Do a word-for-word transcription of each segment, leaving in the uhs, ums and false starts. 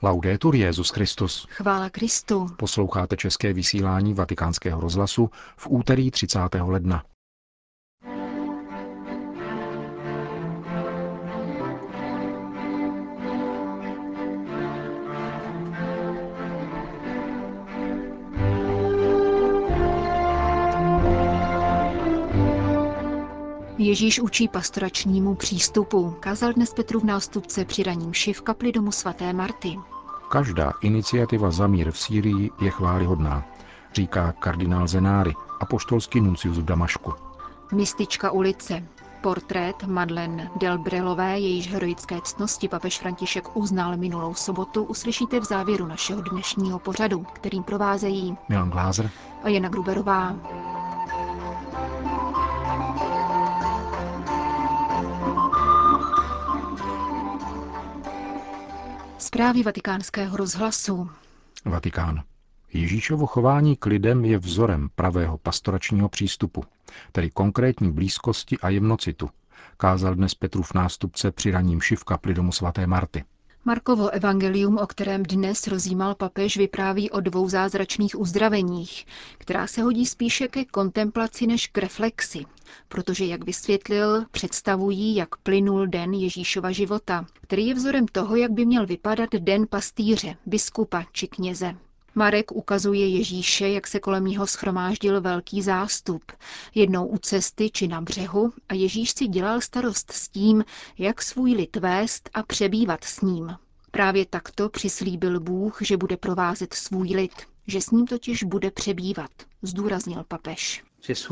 Laudetur Jesus Christus. Chvála Kristu. Posloucháte české vysílání Vatikánského rozhlasu v úterý třicátého ledna. Ježíš učí pastoračnímu přístupu. Kázal dnes Petrův nástupce při raní mši v kapli domu svaté Marty. Každá iniciativa za mír v Sýrii je chvályhodná, říká kardinál Zenári, apoštolský nuncius v Damašku. Mistička ulice. Portrét Madeleine Delbrelové, jejíž heroické ctnosti papež František uznal minulou sobotu, uslyšíte v závěru našeho dnešního pořadu, kterým provázejí Milan Glázer a Jana Gruberová. Zprávy Vatikánského rozhlasu. Vatikán. Ježíšovo chování k lidem je vzorem pravého pastoračního přístupu, tedy konkrétní blízkosti a jemnocitu, kázal dnes Petrův nástupce při raní mši v kapli domu svaté Marty. Markovo evangelium, o kterém dnes rozjímal papež, vypráví o dvou zázračných uzdraveních, která se hodí spíše ke kontemplaci než k reflexi, protože, jak vysvětlil, představují, jak plynul den Ježíšova života, který je vzorem toho, jak by měl vypadat den pastýře, biskupa či kněze. Marek ukazuje Ježíše, jak se kolem něho shromáždil velký zástup, jednou u cesty či na břehu, a Ježíš si dělal starost s tím, jak svůj lid vést a přebývat s ním. Právě takto přislíbil Bůh, že bude provázet svůj lid, že s ním totiž bude přebývat, zdůraznil papež.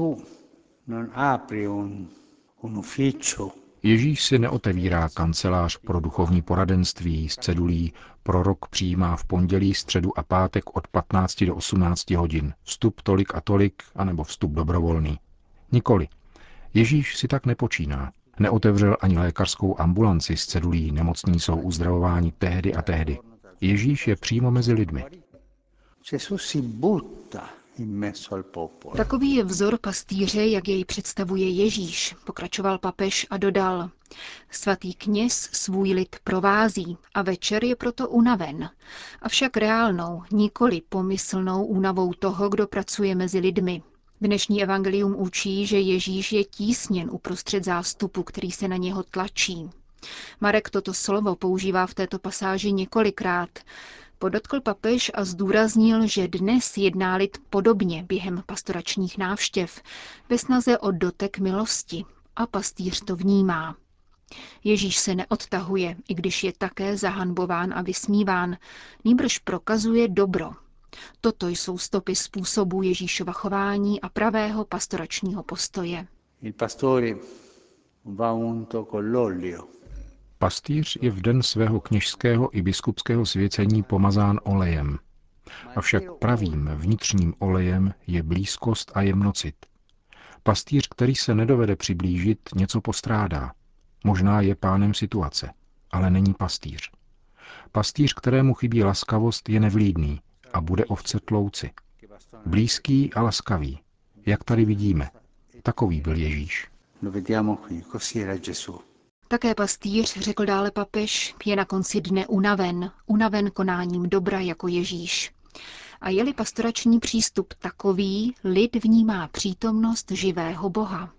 Ježíš si neotevírá kancelář pro duchovní poradenství s cedulí prorok přijímá v pondělí, středu a pátek od patnácti do osmnácti hodin. Vstup tolik a tolik, anebo vstup dobrovolný. Nikoli. Ježíš si tak nepočíná. Neotevřel ani lékařskou ambulanci s cedulí nemocní jsou uzdravováni tehdy a tehdy. Ježíš je přímo mezi lidmi. Takový je vzor pastýře, jak jej představuje Ježíš, pokračoval papež a dodal. Svatý kněz svůj lid provází a večer je proto unaven. Avšak reálnou, nikoli pomyslnou únavou toho, kdo pracuje mezi lidmi. Dnešní evangelium učí, že Ježíš je tísněn uprostřed zástupu, který se na něho tlačí. Marek toto slovo používá v této pasáži několikrát. Podotkl papež a zdůraznil, že dnes jedná lid podobně během pastoračních návštěv, ve snaze o dotek milosti, a pastýř to vnímá. Ježíš se neodtahuje, i když je také zahanbován a vysmíván, nýbrž prokazuje dobro. Toto jsou stopy způsobu Ježíšova chování a pravého pastoračního postoje. Pastýř je v den svého kněžského i biskupského svěcení pomazán olejem. Avšak pravým vnitřním olejem je blízkost a jemnocit. Pastýř, který se nedovede přiblížit, něco postrádá. Možná je pánem situace, ale není pastýř. Pastýř, kterému chybí laskavost, je nevlídný a bude ovce tlouci. Blízký a laskavý, jak tady vidíme. Takový byl Ježíš. Také pastýř, řekl dále papež, je na konci dne unaven, unaven konáním dobra jako Ježíš. A je-li pastorační přístup takový, lid vnímá přítomnost živého Boha.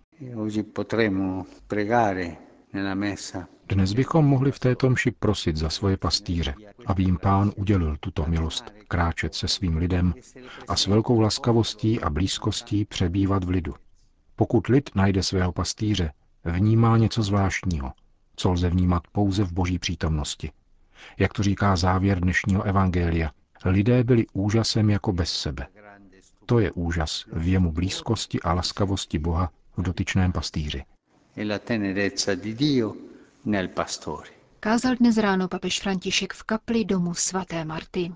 Dnes bychom mohli v této mši prosit za svoje pastýře, aby jim Pán udělil tuto milost, kráčet se svým lidem a s velkou laskavostí a blízkostí přebývat v lidu. Pokud lid najde svého pastýře, vnímá něco zvláštního, co lze vnímat pouze v Boží přítomnosti. Jak to říká závěr dnešního evangelia, lidé byli úžasem jako bez sebe. To je úžas v jemu blízkosti a laskavosti Boha v dotyčném pastýři. Kázal dnes ráno papež František v kapli domu svaté Marty.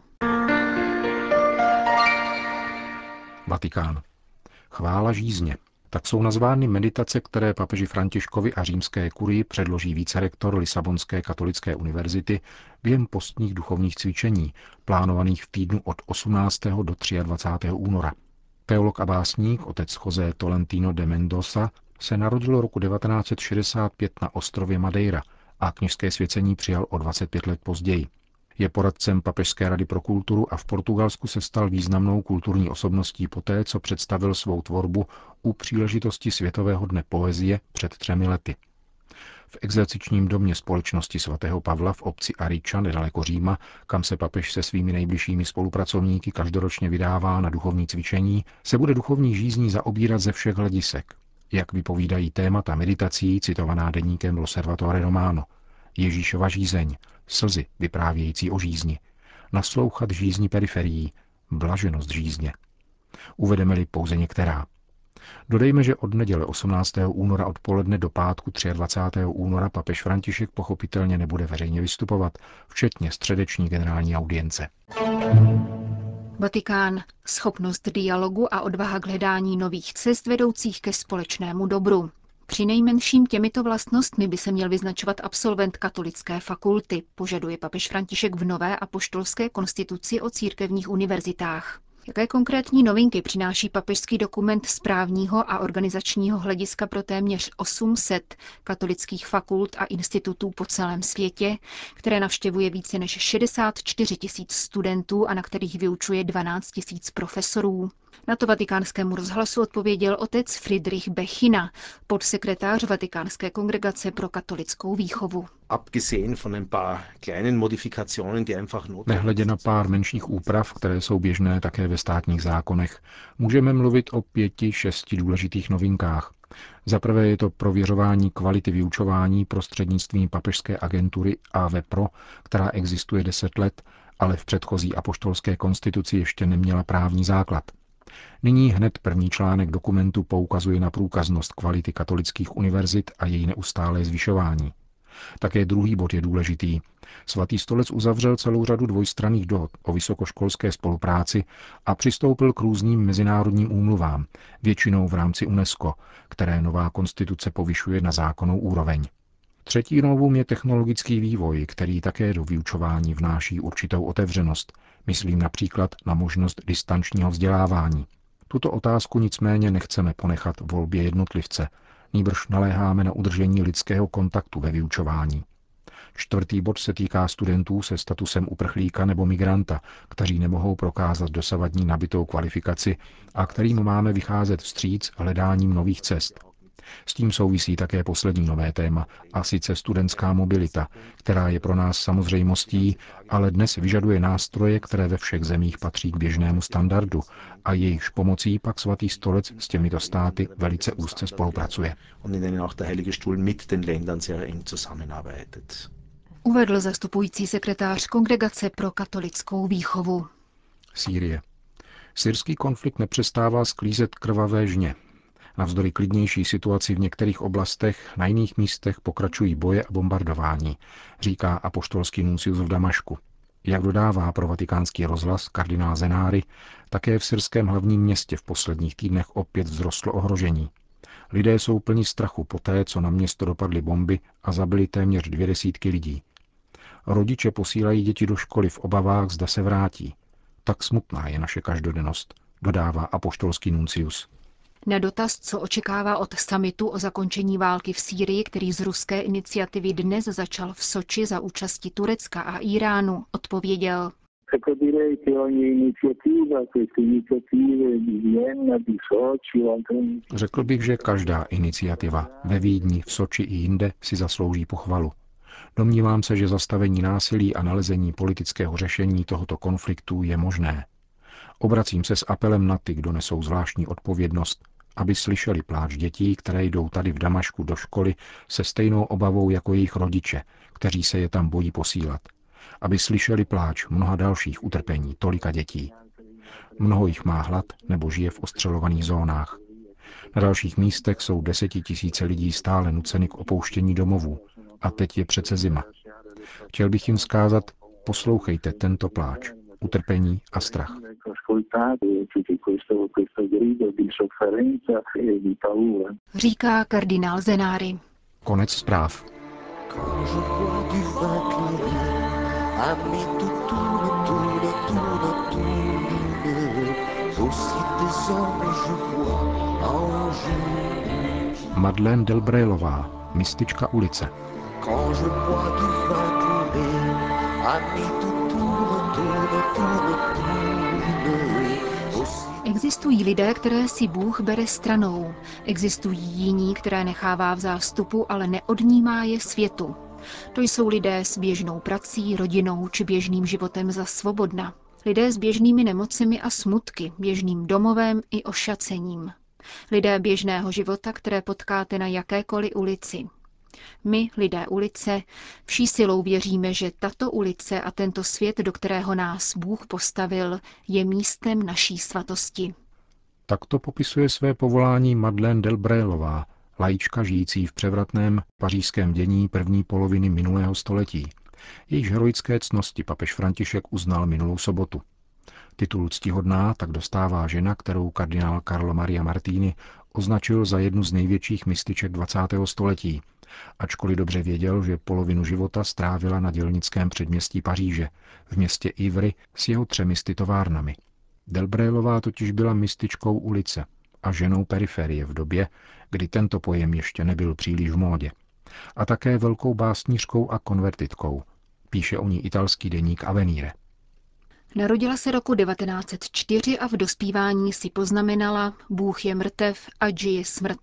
Vatikán. Chvála žízně. Tak jsou nazvány meditace, které papeži Františkovi a římské kurii předloží vicerektor Lisabonské katolické univerzity během postních duchovních cvičení, plánovaných v týdnu od osmnáctého do dvacátého třetího února. Teolog a básník otec José Tolentino de Mendoza se narodil roku devatenáct set šedesát pět na ostrově Madeira a kněžské svěcení přijal o dvacet pět let později. Je poradcem Papežské rady pro kulturu a v Portugalsku se stal významnou kulturní osobností poté, co představil svou tvorbu u příležitosti Světového dne poezie před třemi lety. V exercičním domě společnosti svatého Pavla v obci Ariča nedaleko Říma, kam se papež se svými nejbližšími spolupracovníky každoročně vydává na duchovní cvičení, se bude duchovní žízní zaobírat ze všech hledisek. Jak vypovídají témata meditací citovaná deníkem L'Osservatore Romano. Ježíšova žízeň, slzy vyprávějící o žízni, naslouchat žízni periferií, blaženost žízně. Uvedeme-li pouze některá. Dodejme, že od neděle osmnáctého února odpoledne do pátku dvacátého třetího února papež František pochopitelně nebude veřejně vystupovat, včetně středeční generální audience. Vatikán. Schopnost dialogu a odvaha k hledání nových cest vedoucích ke společnému dobru. Přinejmenším těmito vlastnostmi by se měl vyznačovat absolvent katolické fakulty, požaduje papež František v nové apoštolské konstituci o církevních univerzitách. Jaké konkrétní novinky přináší papežský dokument z právního a organizačního hlediska pro téměř osm set katolických fakult a institutů po celém světě, které navštěvuje více než šedesát čtyři tisíc studentů a na kterých vyučuje dvanáct tisíc profesorů? Na to Vatikánskému rozhlasu odpověděl otec Friedrich Bechina, podsekretář Vatikánské kongregace pro katolickou výchovu. Nehledě na pár menších úprav, které jsou běžné také ve státních zákonech, můžeme mluvit o pěti, šesti důležitých novinkách. Za prvé je to prověřování kvality vyučování prostřednictvím papežské agentury A V Pro, která existuje deset let, ale v předchozí apoštolské konstituci ještě neměla právní základ. Nyní hned první článek dokumentu poukazuje na průkaznost kvality katolických univerzit a její neustálé zvyšování. Také druhý bod je důležitý. Svatý stolec uzavřel celou řadu dvojstranných dohod o vysokoškolské spolupráci a přistoupil k různým mezinárodním úmluvám, většinou v rámci UNESCO, které nová konstituce povyšuje na zákonnou úroveň. Třetí novum je technologický vývoj, který také do vyučování vnáší určitou otevřenost. Myslím například na možnost distančního vzdělávání. Tuto otázku nicméně nechceme ponechat volbě jednotlivce, nýbrž naléháme na udržení lidského kontaktu ve vyučování. Čtvrtý bod se týká studentů se statusem uprchlíka nebo migranta, kteří nemohou prokázat dosavadní nabitou kvalifikaci a kterým máme vycházet vstříc hledáním nových cest. S tím souvisí také poslední nové téma, a sice studentská mobilita, která je pro nás samozřejmostí, ale dnes vyžaduje nástroje, které ve všech zemích patří k běžnému standardu a jejichž pomocí pak svatý stolec s těmito státy velice úzce spolupracuje. Uvedl zastupující sekretář Kongregace pro katolickou výchovu. Sýrie. Syrský konflikt nepřestává sklízet krvavé žně. Navzdory klidnější situaci v některých oblastech, na jiných místech pokračují boje a bombardování, říká apoštolský nuncius v Damašku. Jak dodává pro vatikánský rozhlas kardinál Zenari, také v syrském hlavním městě v posledních týdnech opět vzrostlo ohrožení. Lidé jsou plni strachu poté, co na město dopadly bomby a zabili téměř dvě desítky lidí. Rodiče posílají děti do školy v obavách, zda se vrátí. Tak smutná je naše každodennost, dodává apoštolský nuncius. Na dotaz, co očekává od summitu o zakončení války v Sýrii, který z ruské iniciativy dnes začal v Soči za účasti Turecka a Íránu, odpověděl: Řekl bych, že každá iniciativa ve Vídni, v Soči i jinde si zaslouží pochvalu. Domnívám se, že zastavení násilí a nalezení politického řešení tohoto konfliktu je možné. Obracím se s apelem na ty, kdo nesou zvláštní odpovědnost, aby slyšeli pláč dětí, které jdou tady v Damašku do školy se stejnou obavou jako jejich rodiče, kteří se je tam bojí posílat. Aby slyšeli pláč mnoha dalších utrpení tolika dětí. Mnoho jich má hlad nebo žije v ostřelovaných zónách. Na dalších místech jsou desetitisíce lidí stále nuceny k opouštění domovů a teď je přece zima. Chtěl bych jim vzkázat, poslouchejte tento pláč, utrpení a strach. Říká kardinál Zenari. Konec zpráv. Madeleine Delbrailová, mistička ulice. Quand je bois du vin cloué, amis tout Existují lidé, které si Bůh bere stranou. Existují jiní, které nechává v zástupu, ale neodnímá je světu. To jsou lidé s běžnou prací, rodinou či běžným životem za svobodna. Lidé s běžnými nemocemi a smutky, běžným domovem i ošacením. Lidé běžného života, které potkáte na jakékoliv ulici. My, lidé ulice, vší silou věříme, že tato ulice a tento svět, do kterého nás Bůh postavil, je místem naší svatosti. Takto popisuje své povolání Madeleine Delbrailová, laička žijící v převratném pařížském dění první poloviny minulého století. Jejíž heroické ctnosti papež František uznal minulou sobotu. Titul ctihodná tak dostává žena, kterou kardinál Carlo Maria Martini označil za jednu z největších mystiček dvacátého století, ačkoliv dobře věděl, že polovinu života strávila na dělnickém předměstí Paříže, v městě Ivry s jeho třemi továrnami. Delbrailová totiž byla mystičkou ulice a ženou periferie v době, kdy tento pojem ještě nebyl příliš v módě. A také velkou básnířkou a konvertitkou, píše o ní italský deník Avvenire. Narodila se roku devatenáct set čtyři a v dospívání si poznamenala: Bůh je mrtev a žije smrt.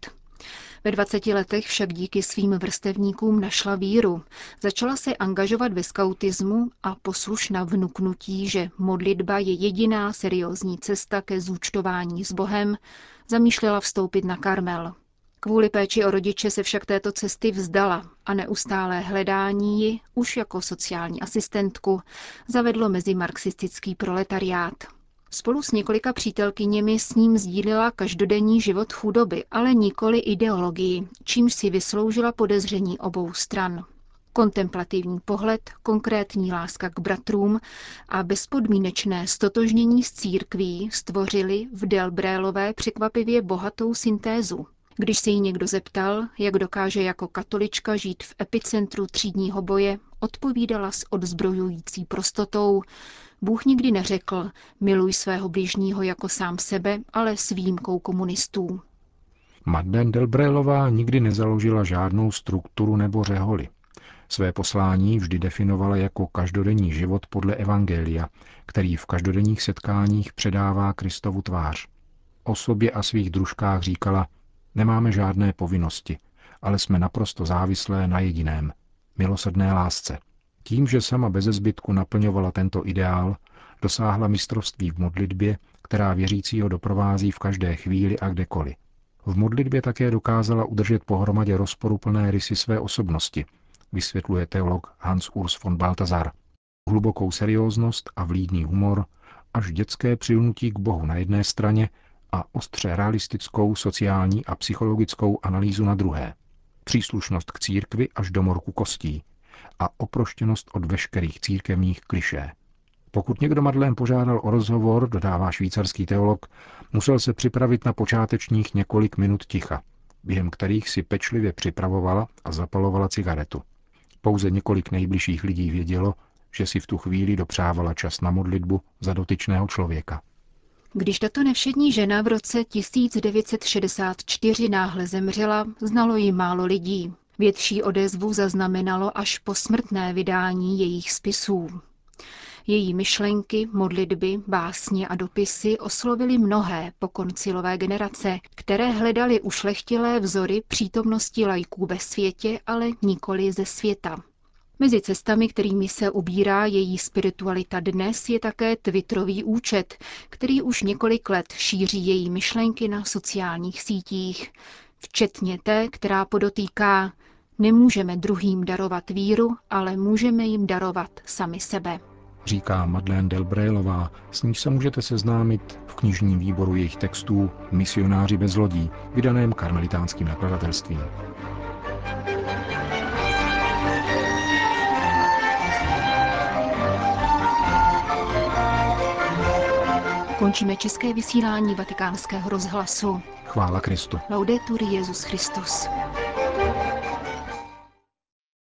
Ve dvaceti letech však díky svým vrstevníkům našla víru. Začala se angažovat ve skautismu a poslušna vnuknutí, že modlitba je jediná seriózní cesta ke zúčtování s Bohem, zamýšlela vstoupit na Karmel. Kvůli péči o rodiče se však této cesty vzdala a neustálé hledání ji, už jako sociální asistentku, zavedlo mezi marxistický proletariát. Spolu s několika přítelkyněmi s ním sdílila každodenní život chudoby, ale nikoli ideologii, čímž si vysloužila podezření obou stran. Kontemplativní pohled, konkrétní láska k bratrům a bezpodmínečné stotožnění s církví stvořili v Delbrailové překvapivě bohatou syntézu. Když se jí někdo zeptal, jak dokáže jako katolička žít v epicentru třídního boje, odpovídala s odzbrojující prostotou: Bůh nikdy neřekl, miluj svého bližního jako sám sebe, ale s výjimkou komunistů. Madeleine Delbrailová nikdy nezaložila žádnou strukturu nebo řeholi. Své poslání vždy definovala jako každodenní život podle evangelia, který v každodenních setkáních předává Kristovu tvář. O sobě a svých družkách říkala: nemáme žádné povinnosti, ale jsme naprosto závislé na jediném, milosrdné lásce. Tím, že sama beze zbytku naplňovala tento ideál, dosáhla mistrovství v modlitbě, která věřícího doprovází v každé chvíli a kdekoliv. V modlitbě také dokázala udržet pohromadě rozporuplné rysy své osobnosti, vysvětluje teolog Hans Urs von Balthasar. Hlubokou serióznost a vlídný humor, až dětské přilnutí k Bohu na jedné straně a ostře realistickou sociální a psychologickou analýzu na druhé. Příslušnost k církvi až do morku kostí a oproštěnost od veškerých církevních klišé. Pokud někdo Madeleine požádal o rozhovor, dodává švýcarský teolog, musel se připravit na počátečních několik minut ticha, během kterých si pečlivě připravovala a zapalovala cigaretu. Pouze několik nejbližších lidí vědělo, že si v tu chvíli dopřávala čas na modlitbu za dotyčného člověka. Když tato nevšední žena v roce tisíc devět set šedesát čtyři náhle zemřela, znalo ji málo lidí. Větší odezvu zaznamenalo až posmrtné vydání jejich spisů. Její myšlenky, modlitby, básně a dopisy oslovily mnohé pokoncilové generace, které hledaly ušlechtilé vzory přítomnosti laiků ve světě, ale nikoli ze světa. Mezi cestami, kterými se ubírá její spiritualita dnes, je také twitterový účet, který už několik let šíří její myšlenky na sociálních sítích, včetně té, která podotýká: nemůžeme druhým darovat víru, ale můžeme jim darovat sami sebe. Říká Madeleine Delbrailová, s níž se můžete seznámit v knižním výboru jejich textů Misionáři bez lodí, vydaném karmelitánským nakladatelstvím. Končíme české vysílání Vatikánského rozhlasu. Chvála Kristu. Laudetur Jesus Christus.